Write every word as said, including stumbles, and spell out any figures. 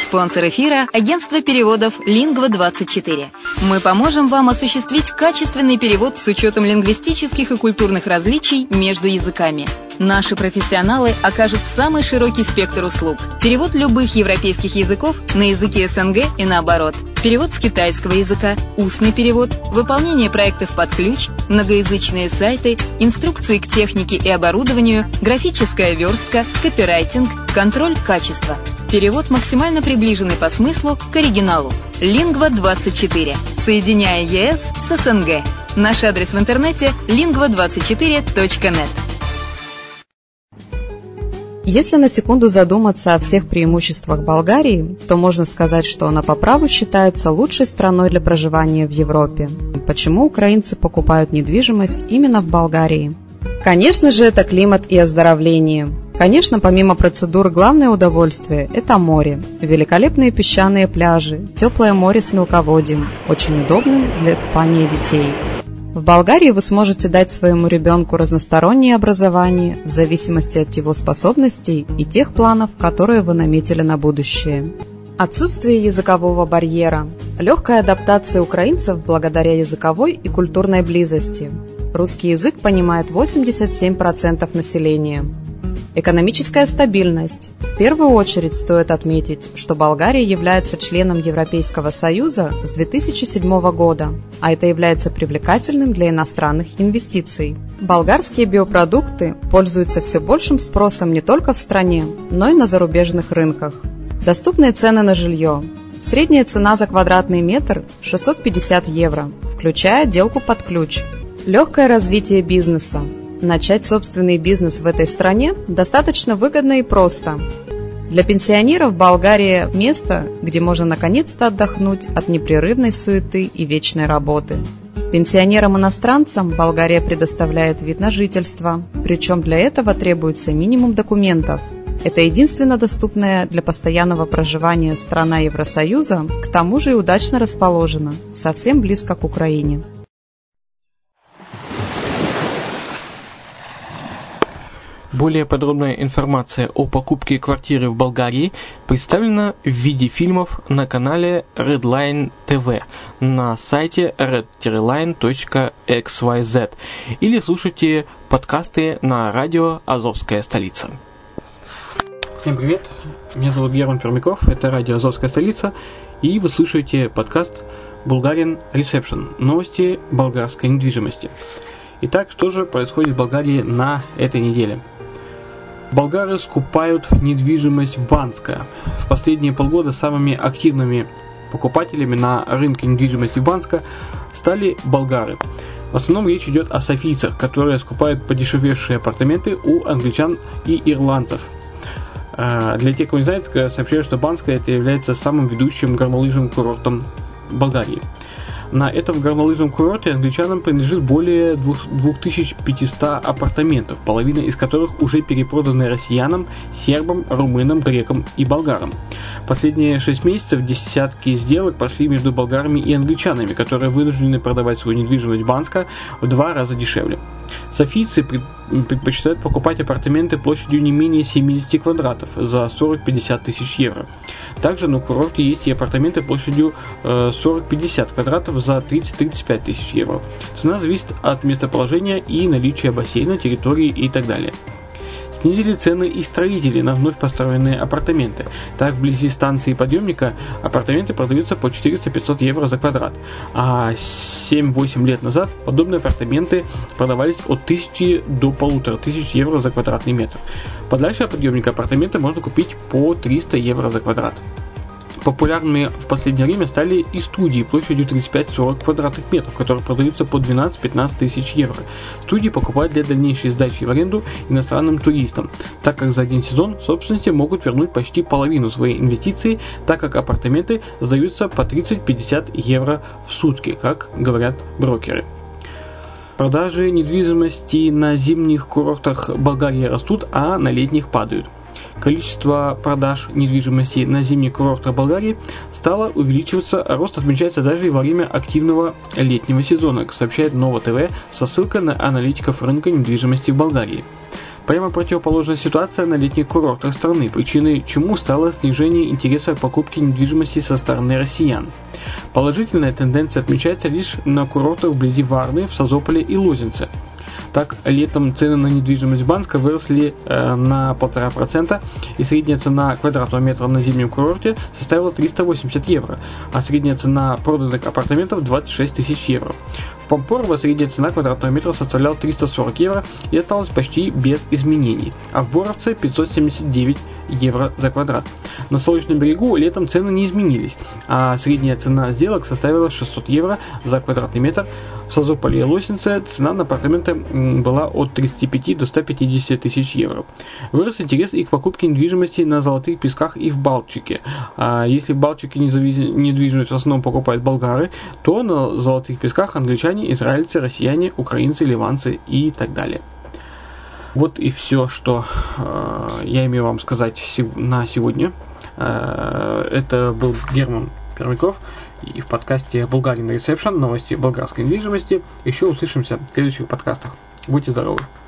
Спонсор эфира – агентство переводов Lingva двадцать четыре. Мы поможем вам осуществить качественный перевод с учетом лингвистических и культурных различий между языками. Наши профессионалы окажут самый широкий спектр услуг. Перевод любых европейских языков на языки СНГ и наоборот. Перевод с китайского языка, устный перевод, выполнение проектов под ключ, многоязычные сайты, инструкции к технике и оборудованию, графическая верстка, копирайтинг, контроль качества. Перевод максимально приближенный по смыслу к оригиналу. Lingva двадцать четыре. Соединяя ЕС с СНГ. Наш адрес в интернете lingva двадцать четыре точка нет. Если на секунду задуматься о всех преимуществах Болгарии, то можно сказать, что она по праву считается лучшей страной для проживания в Европе. Почему украинцы покупают недвижимость именно в Болгарии? Конечно же, это климат и оздоровление. Конечно, помимо процедур, главное удовольствие – это море. Великолепные песчаные пляжи, теплое море с мелководьем, очень удобным для купания детей. В Болгарии вы сможете дать своему ребенку разностороннее образование в зависимости от его способностей и тех планов, которые вы наметили на будущее. Отсутствие языкового барьера. Легкая адаптация украинцев благодаря языковой и культурной близости. Русский язык понимает восемьдесят семь процентов населения. Экономическая стабильность. В первую очередь стоит отметить, что Болгария является членом Европейского Союза с две тысячи седьмого года, а это является привлекательным для иностранных инвестиций. Болгарские биопродукты пользуются все большим спросом не только в стране, но и на зарубежных рынках. Доступные цены на жилье. Средняя цена за квадратный метр – шестьсот пятьдесят евро, включая отделку под ключ. Легкое развитие бизнеса. Начать собственный бизнес в этой стране достаточно выгодно и просто. Для пенсионеров Болгария – место, где можно наконец-то отдохнуть от непрерывной суеты и вечной работы. Пенсионерам-иностранцам Болгария предоставляет вид на жительство, причем для этого требуется минимум документов. Это единственно доступная для постоянного проживания страна Евросоюза, к тому же и удачно расположена, совсем близко к Украине. Более подробная информация о покупке квартиры в Болгарии представлена в виде фильмов на канале Redline ти ви на сайте red line точка икс уай зет или слушайте подкасты на радио «Азовская столица». Всем привет, меня зовут Герман Пермяков, это радио «Азовская столица», и вы слушаете подкаст Bulgarian Reception, новости болгарской недвижимости. Итак, что же происходит в Болгарии на этой неделе? Болгары скупают недвижимость в Банске. В последние полгода самыми активными покупателями на рынке недвижимости Банска стали болгары. В основном речь идет о софийцах, которые скупают подешевевшие апартаменты у англичан и ирландцев. Для тех, кто не знает, сообщаю, что Банска это является самым ведущим горнолыжным курортом Болгарии. На этом горнолыжном курорте англичанам принадлежит более две тысячи пятьсот апартаментов, половина из которых уже перепроданы россиянам, сербам, румынам, грекам и болгарам. Последние шесть месяцев десятки сделок прошли между болгарами и англичанами, которые вынуждены продавать свою недвижимость Банска в два раза дешевле. Софийцы предпочитают покупать апартаменты площадью не менее семьдесят квадратов за сорок-пятьдесят тысяч евро. Также на курорте есть и апартаменты площадью сорок-пятьдесят квадратов за тридцать-тридцать пять тысяч евро. Цена зависит от местоположения и наличия бассейна, территории и так далее. Снизили цены и строители на вновь построенные апартаменты. Так, вблизи станции подъемника апартаменты продаются по четыреста-пятьсот евро за квадрат, а семь-восемь лет назад подобные апартаменты продавались от тысячи до полутора тысяч евро за квадратный метр. Подальше от подъемника апартаменты можно купить по триста евро за квадрат. Популярными в последнее время стали и студии площадью тридцать пять-сорок квадратных метров, которые продаются по двенадцать-пятнадцать тысяч евро. Студии покупают для дальнейшей сдачи в аренду иностранным туристам, так как за один сезон собственности могут вернуть почти половину своей инвестиции, так как апартаменты сдаются по тридцать-пятьдесят евро в сутки, как говорят брокеры. Продажи недвижимости на зимних курортах Болгарии растут, а на летних падают. Количество продаж недвижимости на зимних курортах Болгарии стало увеличиваться, рост отмечается даже и во время активного летнего сезона, сообщает Нова ТВ со ссылкой на аналитиков рынка недвижимости в Болгарии. Прямо противоположная ситуация на летних курортах страны, причиной чему стало снижение интереса к покупке недвижимости со стороны россиян. Положительная тенденция отмечается лишь на курортах вблизи Варны, в Созополе и Лозенце. Так, летом цены на недвижимость в Банске выросли э, на полтора процента, и средняя цена квадратного метра на зимнем курорте составила триста восемьдесят евро, а средняя цена проданных апартаментов двадцать шесть тысяч евро. В Помпорово средняя цена квадратного метра составляла триста сорок евро и осталась почти без изменений, а в Боровце пятьсот семьдесят девять евро за квадрат. На Солнечном берегу летом цены не изменились, а средняя цена сделок составила шестьсот евро за квадратный метр. В Созополе и Лосинце цена на апартаменты была от тридцати пяти до ста пятидесяти тысяч евро. Вырос интерес и к покупке недвижимости на Золотых Песках и в Балтике. А если в Балтике недвижимость в основном покупают болгары, то на Золотых Песках англичане, израильцы, россияне, украинцы, ливанцы и так далее. Вот и все, что э, я имею вам сказать на сегодня. Э, это был Герман Пермяков и в подкасте Bulgarian Reception, новости болгарской недвижимости. Еще услышимся в следующих подкастах. Будьте здоровы!